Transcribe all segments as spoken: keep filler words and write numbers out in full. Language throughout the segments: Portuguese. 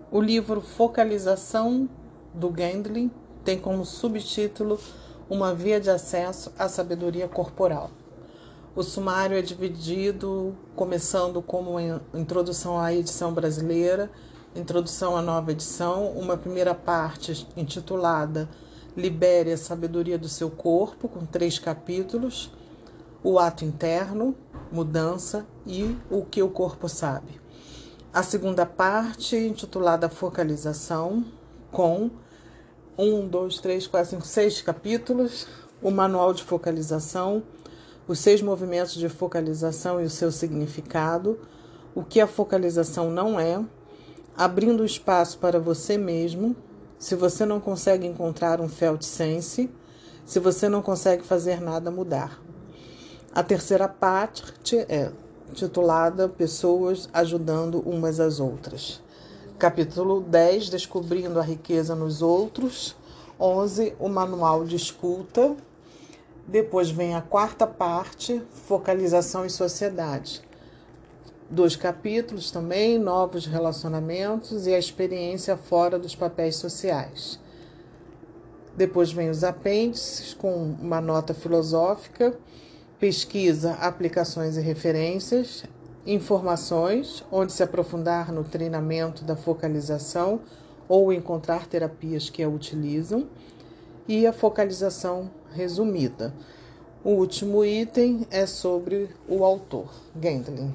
O livro Focalização, do Gendlin, tem como subtítulo Uma via de acesso à sabedoria corporal. O sumário é dividido, começando como uma introdução à edição brasileira, introdução à nova edição, uma primeira parte intitulada Libere a Sabedoria do Seu Corpo, com três capítulos, o ato interno, mudança e o que o corpo sabe. A segunda parte, intitulada Focalização, com um, dois, três, quatro, cinco, seis capítulos, o manual de focalização, os seis movimentos de focalização e o seu significado, o que a focalização não é, abrindo espaço para você mesmo, se você não consegue encontrar um felt sense, se você não consegue fazer nada mudar. A terceira parte é titulada Pessoas ajudando umas às outras. Capítulo dez, Descobrindo a riqueza nos outros. onze, o manual de escuta. Depois vem a quarta parte, Focalização e Sociedade. Dois capítulos também, Novos relacionamentos e a experiência fora dos papéis sociais. Depois vem os apêndices com uma nota filosófica, pesquisa, aplicações e referências, informações, onde se aprofundar no treinamento da focalização ou encontrar terapias que a utilizam, e a focalização resumida. O último item é sobre o autor, Gendlin.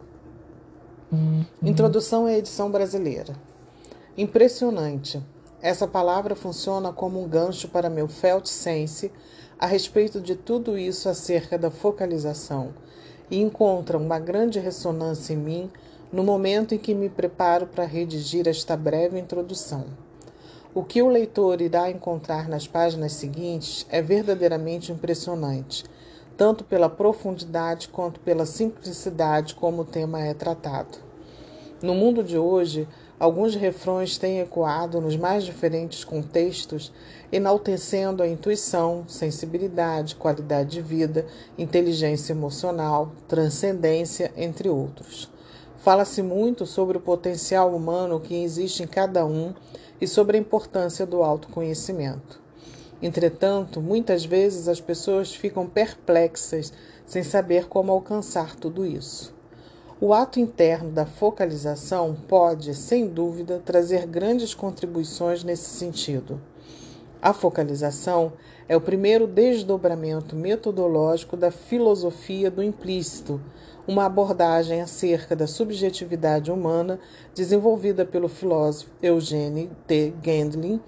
Uhum. Introdução à edição brasileira. Impressionante. Essa palavra funciona como um gancho para meu felt sense a respeito de tudo isso acerca da focalização e encontra uma grande ressonância em mim no momento em que me preparo para redigir esta breve introdução. O que o leitor irá encontrar nas páginas seguintes é verdadeiramente impressionante, tanto pela profundidade quanto pela simplicidade como o tema é tratado. No mundo de hoje, alguns refrões têm ecoado nos mais diferentes contextos, enaltecendo a intuição, sensibilidade, qualidade de vida, inteligência emocional, transcendência, entre outros. Fala-se muito sobre o potencial humano que existe em cada um e sobre a importância do autoconhecimento. Entretanto, muitas vezes as pessoas ficam perplexas sem saber como alcançar tudo isso. O ato interno da focalização pode, sem dúvida, trazer grandes contribuições nesse sentido. A focalização é o primeiro desdobramento metodológico da filosofia do implícito, uma abordagem acerca da subjetividade humana desenvolvida pelo filósofo Eugene T. Gendlin.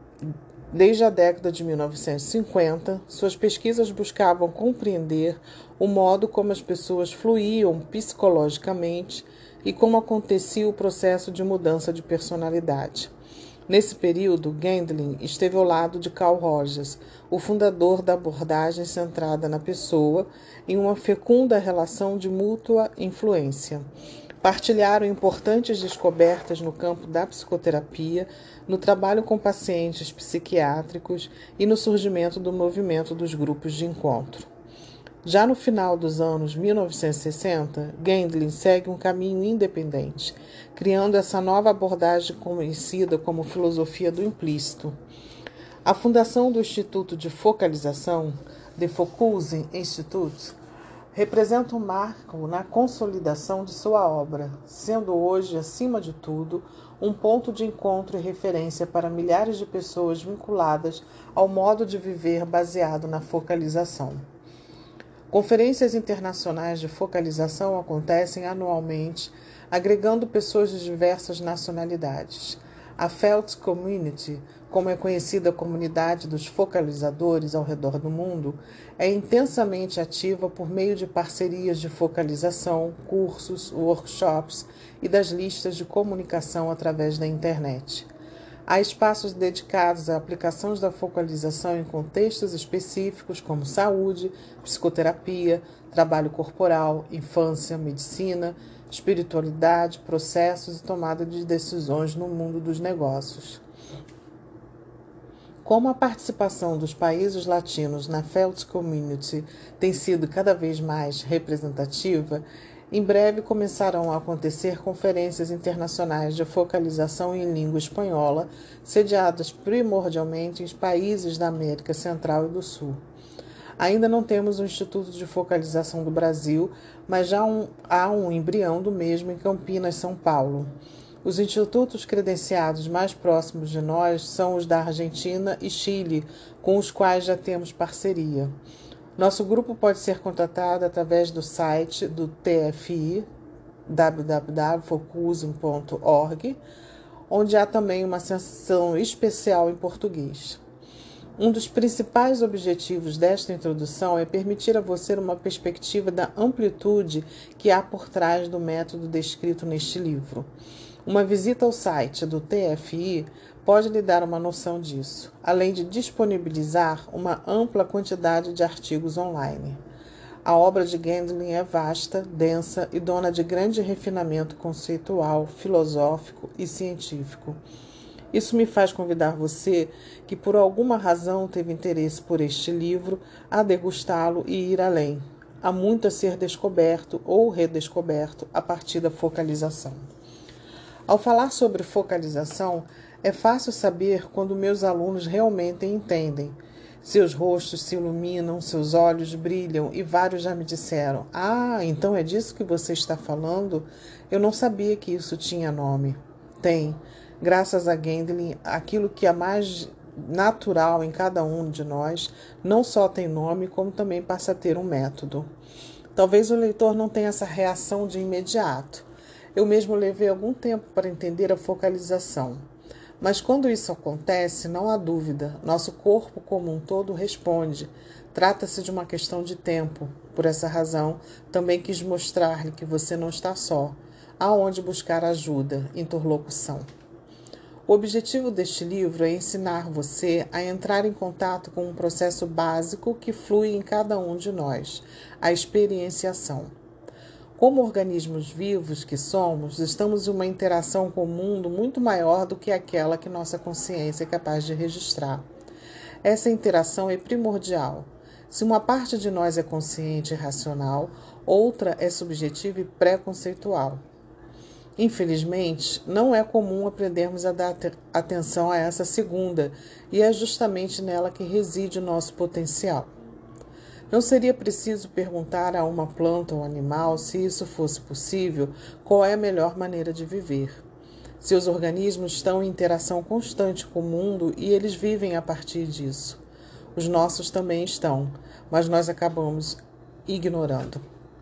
Desde a década de mil novecentos e cinquenta, suas pesquisas buscavam compreender o modo como as pessoas fluíam psicologicamente e como acontecia o processo de mudança de personalidade. Nesse período, Gendlin esteve ao lado de Carl Rogers, o fundador da abordagem centrada na pessoa, em uma fecunda relação de mútua influência. Partilharam importantes descobertas no campo da psicoterapia, no trabalho com pacientes psiquiátricos e no surgimento do movimento dos grupos de encontro. Já no final dos anos mil novecentos e sessenta, Gendlin segue um caminho independente, criando essa nova abordagem conhecida como filosofia do implícito. A fundação do Instituto de Focalização, The Focusing Institute, representa um marco na consolidação de sua obra, sendo hoje, acima de tudo, um ponto de encontro e referência para milhares de pessoas vinculadas ao modo de viver baseado na focalização. Conferências internacionais de focalização acontecem anualmente, agregando pessoas de diversas nacionalidades. A Felt Community, como é conhecida a comunidade dos focalizadores ao redor do mundo, é intensamente ativa por meio de parcerias de focalização, cursos, workshops e das listas de comunicação através da internet. Há espaços dedicados à aplicação da focalização em contextos específicos como saúde, psicoterapia, trabalho corporal, infância, medicina, espiritualidade, processos e tomada de decisões no mundo dos negócios. Como a participação dos países latinos na Felt Community tem sido cada vez mais representativa, Em breve começarão a acontecer conferências internacionais de focalização em língua espanhola, sediadas primordialmente em países da América Central e do Sul. Ainda não temos um Instituto de Focalização do Brasil, mas já um, há um embrião do mesmo em Campinas, São Paulo. Os institutos credenciados mais próximos de nós são os da Argentina e Chile, com os quais já temos parceria. Nosso grupo pode ser contatado através do site do T F I, w w w ponto focusing ponto org, onde há também uma seção especial em português. Um dos principais objetivos desta introdução é permitir a você uma perspectiva da amplitude que há por trás do método descrito neste livro. Uma visita ao site do T F I pode lhe dar uma noção disso, além de disponibilizar uma ampla quantidade de artigos online. A obra de Gandalin é vasta, densa e dona de grande refinamento conceitual, filosófico e científico. Isso me faz convidar você, que por alguma razão teve interesse por este livro, a degustá-lo e ir além. Há muito a ser descoberto ou redescoberto a partir da focalização. Ao falar sobre focalização, é fácil saber quando meus alunos realmente entendem. Seus rostos se iluminam, seus olhos brilham e vários já me disseram: "Ah, então é disso que você está falando? Eu não sabia que isso tinha nome." Tem. Graças a Gandalin, aquilo que é mais natural em cada um de nós não só tem nome, como também passa a ter um método. Talvez o leitor não tenha essa reação de imediato. Eu mesmo levei algum tempo para entender a focalização. Mas quando isso acontece, não há dúvida, nosso corpo como um todo responde. Trata-se de uma questão de tempo. Por essa razão, também quis mostrar-lhe que você não está só. Há onde buscar ajuda, interlocução. O objetivo deste livro é ensinar você a entrar em contato com um processo básico que flui em cada um de nós, a experienciação. Como organismos vivos que somos, estamos em uma interação com o mundo muito maior do que aquela que nossa consciência é capaz de registrar. Essa interação é primordial. Se uma parte de nós é consciente e racional, outra é subjetiva e pré-conceitual. Infelizmente, não é comum aprendermos a dar atenção a essa segunda, e é justamente nela que reside o nosso potencial. Não seria preciso perguntar a uma planta ou animal, se isso fosse possível, qual é a melhor maneira de viver. Seus organismos estão em interação constante com o mundo e eles vivem a partir disso. Os nossos também estão, mas nós acabamos ignorando.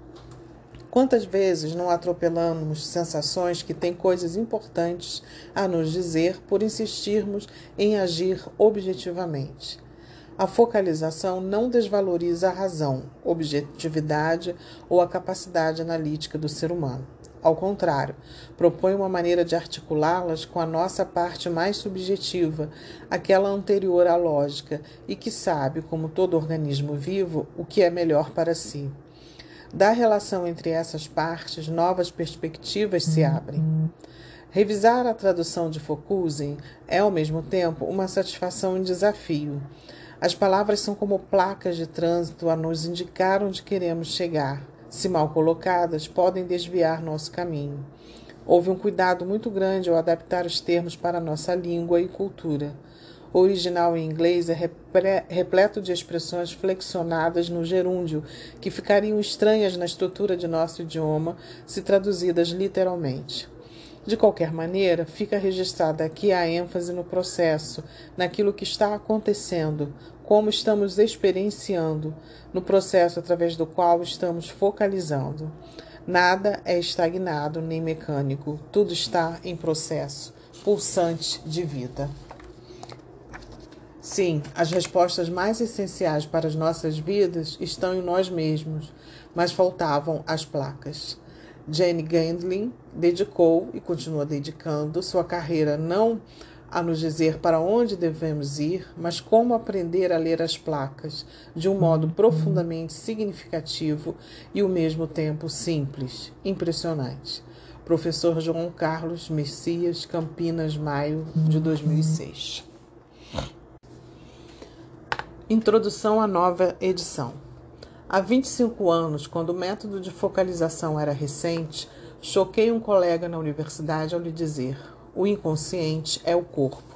Quantas vezes não atropelamos sensações que têm coisas importantes a nos dizer por insistirmos em agir objetivamente? A focalização não desvaloriza a razão, objetividade ou a capacidade analítica do ser humano. Ao contrário, propõe uma maneira de articulá-las com a nossa parte mais subjetiva, aquela anterior à lógica, e que sabe, como todo organismo vivo, o que é melhor para si. Da relação entre essas partes, novas perspectivas se abrem. Revisar a tradução de Focusing é, ao mesmo tempo, uma satisfação e um desafio. As palavras são como placas de trânsito a nos indicar onde queremos chegar. Se mal colocadas, podem desviar nosso caminho. Houve um cuidado muito grande ao adaptar os termos para a nossa língua e cultura. O original em inglês é repleto de expressões flexionadas no gerúndio, que ficariam estranhas na estrutura de nosso idioma se traduzidas literalmente. De qualquer maneira, fica registrada aqui a ênfase no processo, naquilo que está acontecendo, como estamos experienciando, no processo através do qual estamos focalizando. Nada é estagnado nem mecânico, tudo está em processo, pulsante de vida. Sim, as respostas mais essenciais para as nossas vidas estão em nós mesmos, mas faltavam as placas. Jane Gandalin dedicou e continua dedicando sua carreira não a nos dizer para onde devemos ir, mas como aprender a ler as placas de um modo profundamente significativo e ao mesmo tempo simples, impressionante. Professor João Carlos Messias, Campinas, maio de dois mil e seis. Introdução à nova edição. Há vinte e cinco anos, quando o método de focalização era recente, choquei um colega na universidade ao lhe dizer: o inconsciente é o corpo.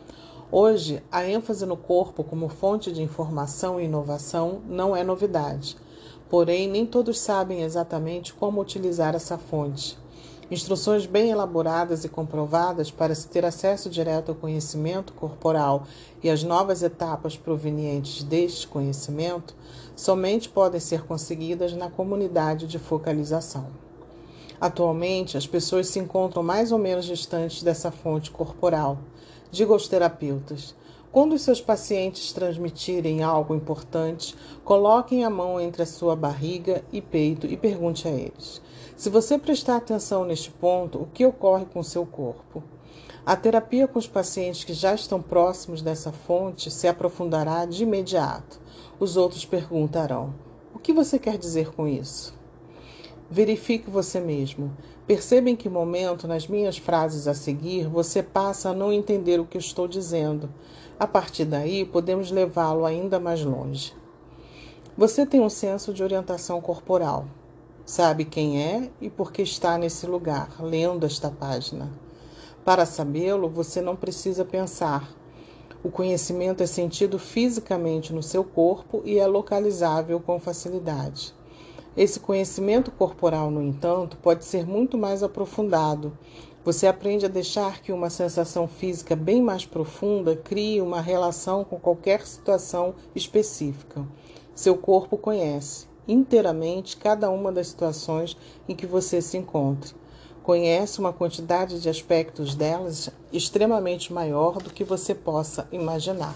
Hoje, a ênfase no corpo como fonte de informação e inovação não é novidade. Porém, nem todos sabem exatamente como utilizar essa fonte. Instruções bem elaboradas e comprovadas para se ter acesso direto ao conhecimento corporal e às novas etapas provenientes deste conhecimento somente podem ser conseguidas na comunidade de focalização. Atualmente, as pessoas se encontram mais ou menos distantes dessa fonte corporal. Digo aos terapeutas: quando os seus pacientes transmitirem algo importante, coloquem a mão entre a sua barriga e peito e pergunte a eles: se você prestar atenção neste ponto, o que ocorre com o seu corpo? A terapia com os pacientes que já estão próximos dessa fonte se aprofundará de imediato. Os outros perguntarão: o que você quer dizer com isso? Verifique você mesmo. Perceba em que momento, nas minhas frases a seguir, você passa a não entender o que eu estou dizendo. A partir daí, podemos levá-lo ainda mais longe. Você tem um senso de orientação corporal. Sabe quem é e por que está nesse lugar, lendo esta página. Para sabê-lo, você não precisa pensar. O conhecimento é sentido fisicamente no seu corpo e é localizável com facilidade. Esse conhecimento corporal, no entanto, pode ser muito mais aprofundado. Você aprende a deixar que uma sensação física bem mais profunda crie uma relação com qualquer situação específica. Seu corpo conhece inteiramente cada uma das situações em que você se encontra. Conhece uma quantidade de aspectos delas extremamente maior do que você possa imaginar.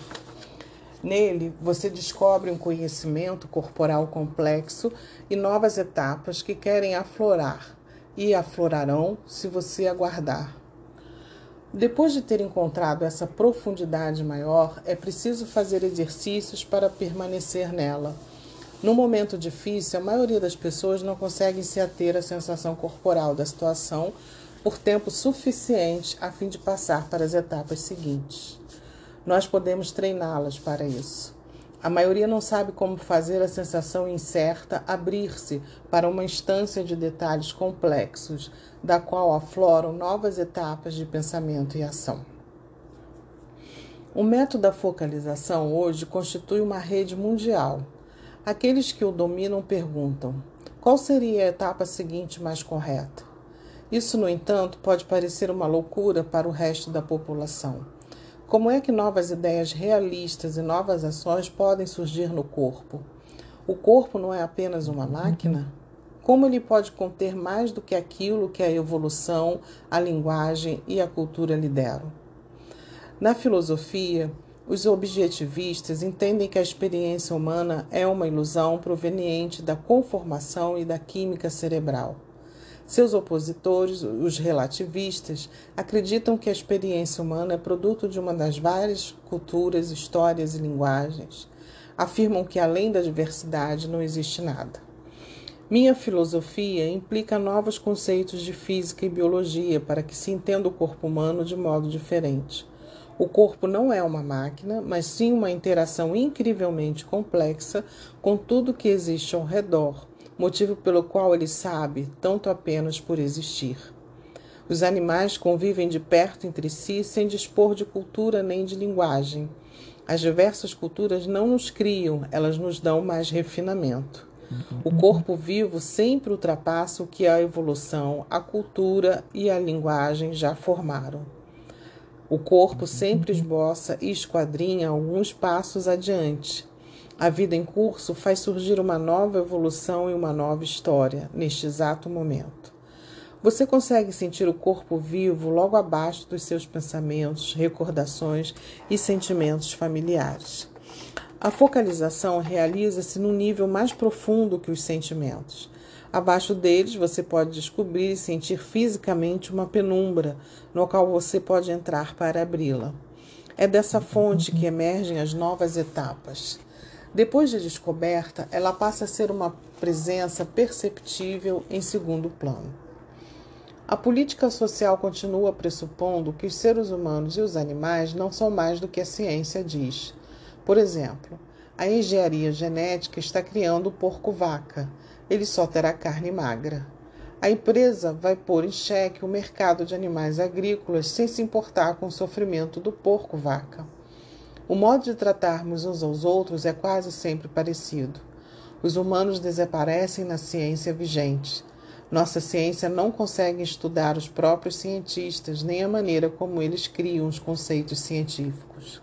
Nele, você descobre um conhecimento corporal complexo e novas etapas que querem aflorar e aflorarão se você aguardar. Depois de ter encontrado essa profundidade maior, é preciso fazer exercícios para permanecer nela. No momento difícil, a maioria das pessoas não conseguem se ater à sensação corporal da situação por tempo suficiente a fim de passar para as etapas seguintes. Nós podemos treiná-las para isso. A maioria não sabe como fazer a sensação incerta abrir-se para uma instância de detalhes complexos, da qual afloram novas etapas de pensamento e ação. O método da focalização hoje constitui uma rede mundial. Aqueles que o dominam perguntam: qual seria a etapa seguinte mais correta? Isso, no entanto, pode parecer uma loucura para o resto da população. Como é que novas ideias realistas e novas ações podem surgir no corpo? O corpo não é apenas uma máquina? Como ele pode conter mais do que aquilo que a evolução, a linguagem e a cultura lhe deram? Na filosofia, os objetivistas entendem que a experiência humana é uma ilusão proveniente da conformação e da química cerebral. Seus opositores, os relativistas, acreditam que a experiência humana é produto de uma das várias culturas, histórias e linguagens. Afirmam que além da diversidade não existe nada. Minha filosofia implica novos conceitos de física e biologia para que se entenda o corpo humano de modo diferente. O corpo não é uma máquina, mas sim uma interação incrivelmente complexa com tudo que existe ao redor, motivo pelo qual ele sabe, tanto apenas por existir. Os animais convivem de perto entre si sem dispor de cultura nem de linguagem. As diversas culturas não nos criam, elas nos dão mais refinamento. O corpo vivo sempre ultrapassa o que a evolução, a cultura e a linguagem já formaram. O corpo sempre esboça e esquadrinha alguns passos adiante. A vida em curso faz surgir uma nova evolução e uma nova história, neste exato momento. Você consegue sentir o corpo vivo logo abaixo dos seus pensamentos, recordações e sentimentos familiares. A focalização realiza-se num nível mais profundo que os sentimentos. Abaixo deles, você pode descobrir e sentir fisicamente uma penumbra, no qual você pode entrar para abri-la. É dessa fonte que emergem as novas etapas. Depois de descoberta, ela passa a ser uma presença perceptível em segundo plano. A política social continua pressupondo que os seres humanos e os animais não são mais do que a ciência diz. Por exemplo, A engenharia genética está criando o porco-vaca. Ele só terá carne magra. A empresa vai pôr em xeque o mercado de animais agrícolas sem se importar com o sofrimento do porco-vaca. O modo de tratarmos uns aos outros é quase sempre parecido. Os humanos desaparecem na ciência vigente. Nossa ciência não consegue estudar os próprios cientistas, nem a maneira como eles criam os conceitos científicos.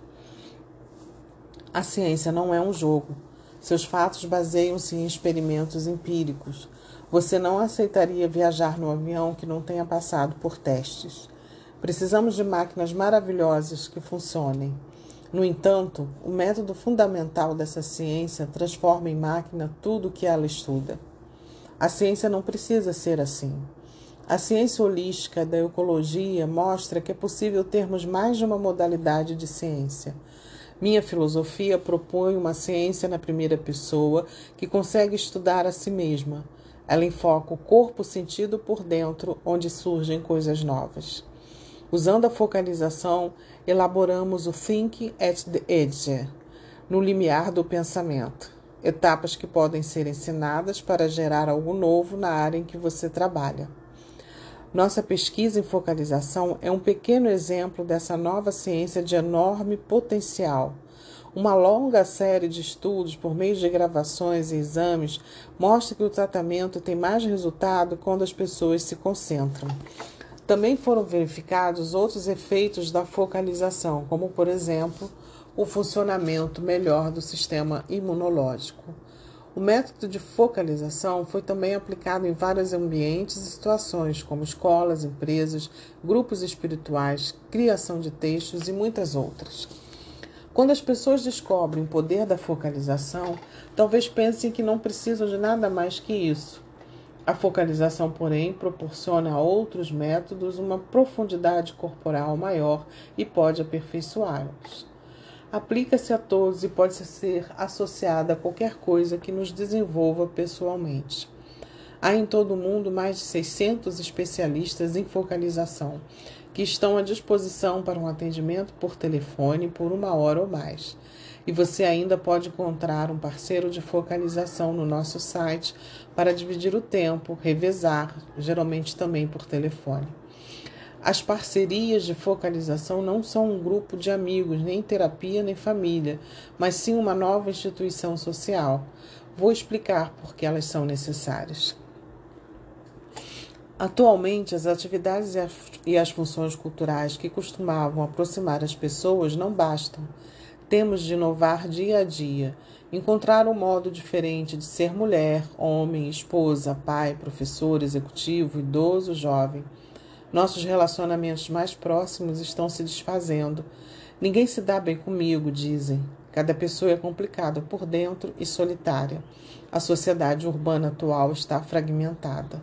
A ciência não é um jogo. Seus fatos baseiam-se em experimentos empíricos. Você não aceitaria viajar no avião que não tenha passado por testes. Precisamos de máquinas maravilhosas que funcionem. No entanto, o método fundamental dessa ciência transforma em máquina tudo o que ela estuda. A ciência não precisa ser assim. A ciência holística da ecologia mostra que é possível termos mais de uma modalidade de ciência. Minha filosofia propõe uma ciência na primeira pessoa que consegue estudar a si mesma. Ela enfoca o corpo sentido por dentro, onde surgem coisas novas. Usando a focalização, elaboramos o Think at the Edge, no limiar do pensamento. Etapas que podem ser ensinadas para gerar algo novo na área em que você trabalha. Nossa pesquisa em focalização é um pequeno exemplo dessa nova ciência de enorme potencial. Uma longa série de estudos por meio de gravações e exames mostra que o tratamento tem mais resultado quando as pessoas se concentram. Também foram verificados outros efeitos da focalização, como, por exemplo, o funcionamento melhor do sistema imunológico. O método de focalização foi também aplicado em vários ambientes e situações, como escolas, empresas, grupos espirituais, criação de textos e muitas outras. Quando as pessoas descobrem o poder da focalização, talvez pensem que não precisam de nada mais que isso. A focalização, porém, proporciona a outros métodos uma profundidade corporal maior e pode aperfeiçoá-los. Aplica-se a todos e pode ser associada a qualquer coisa que nos desenvolva pessoalmente. Há em todo o mundo mais de seiscentos especialistas em focalização, que estão à disposição para um atendimento por telefone por uma hora ou mais. E você ainda pode encontrar um parceiro de focalização no nosso site para dividir o tempo, revezar, geralmente também por telefone. As parcerias de focalização não são um grupo de amigos, nem terapia, nem família, mas sim uma nova instituição social. Vou explicar por que elas são necessárias. Atualmente, as atividades e as funções culturais que costumavam aproximar as pessoas não bastam. Temos de inovar dia a dia, encontrar um modo diferente de ser mulher, homem, esposa, pai, professor, executivo, idoso, jovem. Nossos relacionamentos mais próximos estão se desfazendo. Ninguém se dá bem comigo, dizem. Cada pessoa é complicada por dentro e solitária. A sociedade urbana atual está fragmentada.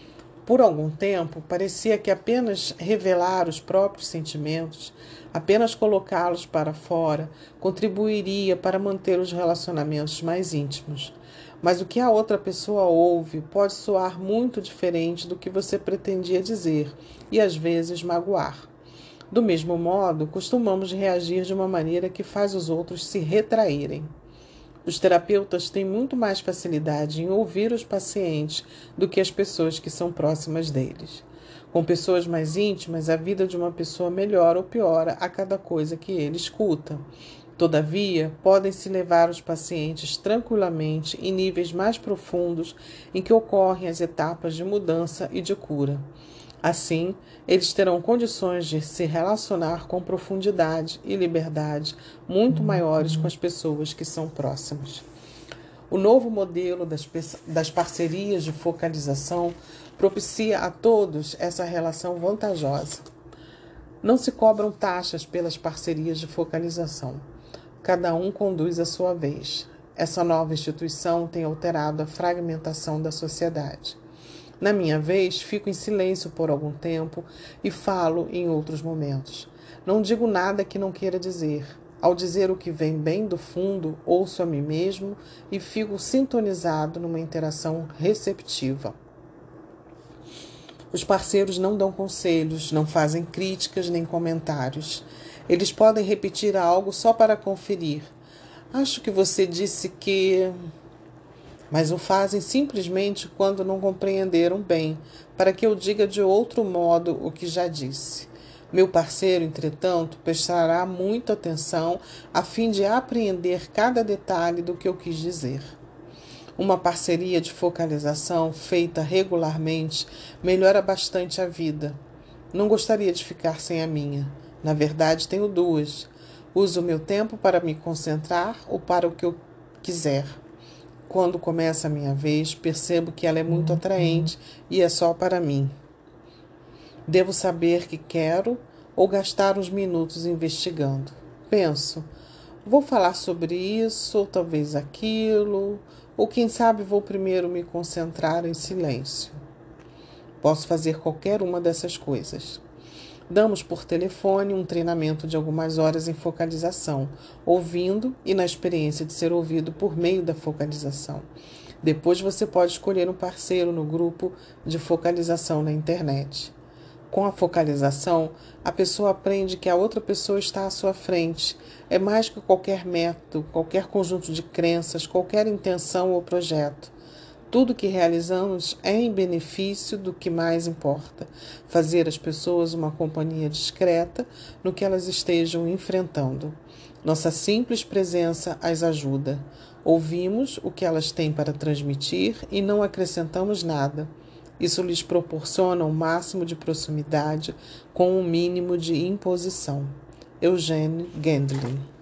Por algum tempo, parecia que apenas revelar os próprios sentimentos, apenas colocá-los para fora, contribuiria para manter os relacionamentos mais íntimos. Mas o que a outra pessoa ouve pode soar muito diferente do que você pretendia dizer e, às vezes, magoar. Do mesmo modo, costumamos reagir de uma maneira que faz os outros se retraírem. Os terapeutas têm muito mais facilidade em ouvir os pacientes do que as pessoas que são próximas deles. Com pessoas mais íntimas, a vida de uma pessoa melhora ou piora a cada coisa que ele escuta. Todavia, podem-se levar os pacientes tranquilamente em níveis mais profundos em que ocorrem as etapas de mudança e de cura. Assim, eles terão condições de se relacionar com profundidade e liberdade muito maiores com as pessoas que são próximas. O novo modelo das, das parcerias de focalização propicia a todos essa relação vantajosa. Não se cobram taxas pelas parcerias de focalização. Cada um conduz a sua vez. Essa nova instituição tem alterado a fragmentação da sociedade. Na minha vez, fico em silêncio por algum tempo e falo em outros momentos. Não digo nada que não queira dizer. Ao dizer o que vem bem do fundo, ouço a mim mesmo e fico sintonizado numa interação receptiva. Os parceiros não dão conselhos, não fazem críticas nem comentários. Eles podem repetir algo só para conferir. Acho que você disse que... Mas o fazem simplesmente quando não compreenderam bem, para que eu diga de outro modo o que já disse. Meu parceiro, entretanto, prestará muita atenção a fim de apreender cada detalhe do que eu quis dizer. Uma parceria de focalização feita regularmente melhora bastante a vida. Não gostaria de ficar sem a minha. Na verdade, tenho duas. Uso o meu tempo para me concentrar ou para o que eu quiser. Quando começa a minha vez, percebo que ela é muito atraente e é só para mim. Devo saber que quero ou gastar uns minutos investigando. Penso, vou falar sobre isso, ou talvez aquilo, ou quem sabe vou primeiro me concentrar em silêncio. Posso fazer qualquer uma dessas coisas. Damos por telefone um treinamento de algumas horas em focalização, ouvindo e na experiência de ser ouvido por meio da focalização. Depois você pode escolher um parceiro no grupo de focalização na internet. Com a focalização, a pessoa aprende que a outra pessoa está à sua frente. É mais que qualquer método, qualquer conjunto de crenças, qualquer intenção ou projeto. Tudo que realizamos é em benefício do que mais importa, fazer as pessoas uma companhia discreta no que elas estejam enfrentando. Nossa simples presença as ajuda. Ouvimos o que elas têm para transmitir e não acrescentamos nada. Isso lhes proporciona um máximo de proximidade com um mínimo de imposição. Eugene Gendlin.